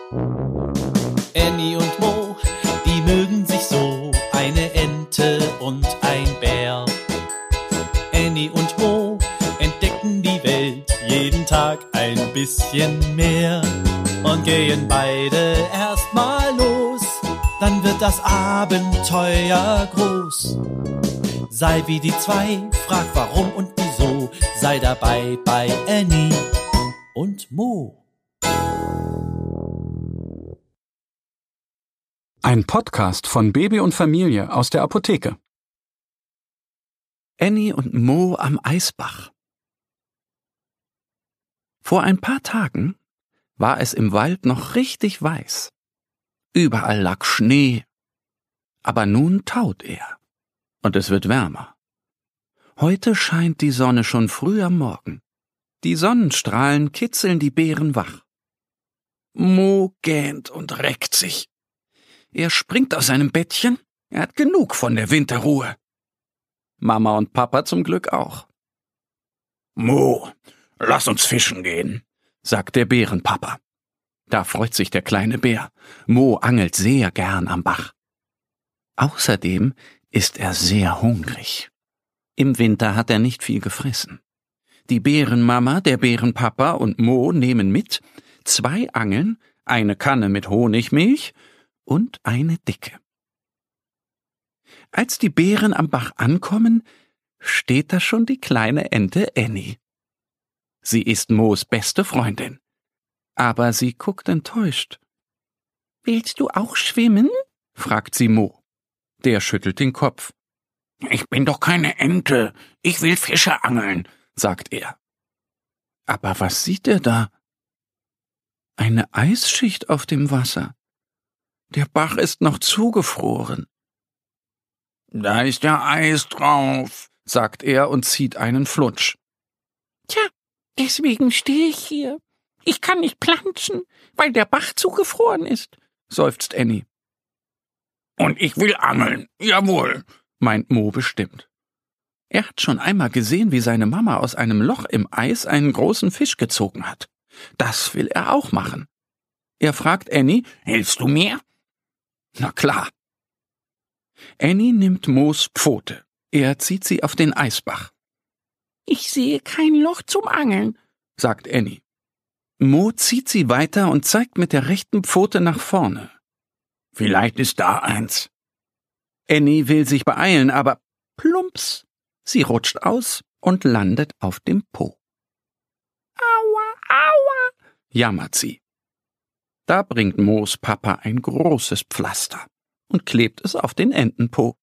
Annie und Mo, die mögen sich so, eine Ente und ein Bär. Annie und Mo entdecken die Welt jeden Tag ein bisschen mehr und gehen beide erstmal los, dann wird das Abenteuer groß. Sei wie die zwei, frag warum und wieso, sei dabei bei Annie und Mo. Ein Podcast von Baby und Familie aus der Apotheke. Annie und Mo am Eisbach. Vor ein paar Tagen war es im Wald noch richtig weiß. Überall lag Schnee. Aber nun taut er und es wird wärmer. Heute scheint die Sonne schon früh am Morgen. Die Sonnenstrahlen kitzeln die Beeren wach. Mo gähnt und reckt sich. Er springt aus seinem Bettchen, er hat genug von der Winterruhe. Mama und Papa zum Glück auch. »Mo, lass uns fischen gehen«, sagt der Bärenpapa. Da freut sich der kleine Bär. Mo angelt sehr gern am Bach. Außerdem ist er sehr hungrig. Im Winter hat er nicht viel gefressen. Die Bärenmama, der Bärenpapa und Mo nehmen mit 2 Angeln, eine Kanne mit Honigmilch und eine dicke. Als die Bären am Bach ankommen, steht da schon die kleine Ente Annie. Sie ist Mo's beste Freundin. Aber sie guckt enttäuscht. »Willst du auch schwimmen?« fragt sie Mo. Der schüttelt den Kopf. »Ich bin doch keine Ente, ich will Fische angeln«, sagt er. Aber was sieht er da? Eine Eisschicht auf dem Wasser. Der Bach ist noch zugefroren. »Da ist ja Eis drauf«, sagt er und zieht einen Flutsch. »Tja, deswegen stehe ich hier. Ich kann nicht planschen, weil der Bach zugefroren ist«, seufzt Annie. »Und ich will angeln, jawohl«, meint Mo bestimmt. Er hat schon einmal gesehen, wie seine Mama aus einem Loch im Eis einen großen Fisch gezogen hat. Das will er auch machen. Er fragt Annie, »Hilfst du mir?« »Na klar.« Annie nimmt Mo's Pfote. Er zieht sie auf den Eisbach. »Ich sehe kein Loch zum Angeln«, sagt Annie. Mo zieht sie weiter und zeigt mit der rechten Pfote nach vorne. »Vielleicht ist da eins.« Annie will sich beeilen, aber plumps, sie rutscht aus und landet auf dem Po. »Aua, aua«, jammert sie. Da bringt Mo's Papa ein großes Pflaster und klebt es auf den Entenpo.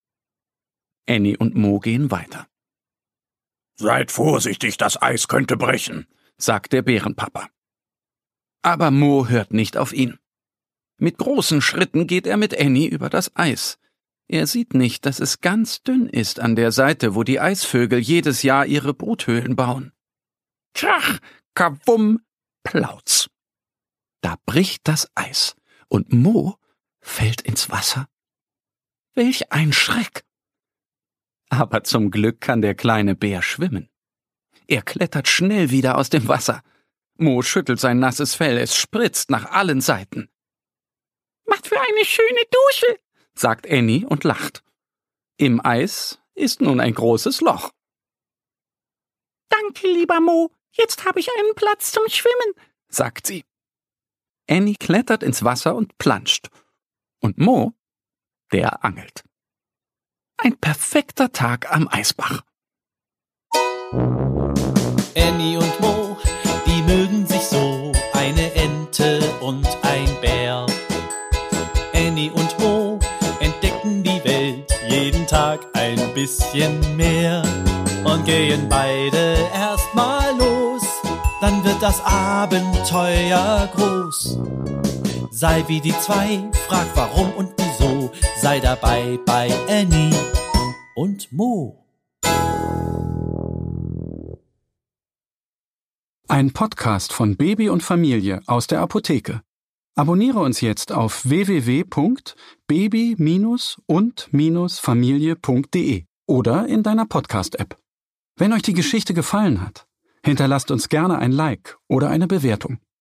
Annie und Mo gehen weiter. »Seid vorsichtig, das Eis könnte brechen«, sagt der Bärenpapa. Aber Mo hört nicht auf ihn. Mit großen Schritten geht er mit Annie über das Eis. Er sieht nicht, dass es ganz dünn ist an der Seite, wo die Eisvögel jedes Jahr ihre Bruthöhlen bauen. Krach, kawum, plauz. Da bricht das Eis und Mo fällt ins Wasser. Welch ein Schreck! Aber zum Glück kann der kleine Bär schwimmen. Er klettert schnell wieder aus dem Wasser. Mo schüttelt sein nasses Fell, es spritzt nach allen Seiten. »Was für eine schöne Dusche«, sagt Annie und lacht. Im Eis ist nun ein großes Loch. »Danke, lieber Mo, jetzt habe ich einen Platz zum Schwimmen«, sagt sie. Annie klettert ins Wasser und planscht. Und Mo, der angelt. Ein perfekter Tag am Eisbach. Annie und Mo, die mögen sich so, eine Ente und ein Bär. Annie und Mo entdecken die Welt jeden Tag ein bisschen mehr und gehen beide erstmal los, dann wird das Abenteuer groß. Sei wie die zwei, frag warum und wieso, sei dabei bei Annie und Mo. Ein Podcast von Baby und Familie aus der Apotheke. Abonniere uns jetzt auf www.baby-und-familie.de oder in deiner Podcast-App. Wenn euch die Geschichte gefallen hat, hinterlasst uns gerne ein Like oder eine Bewertung.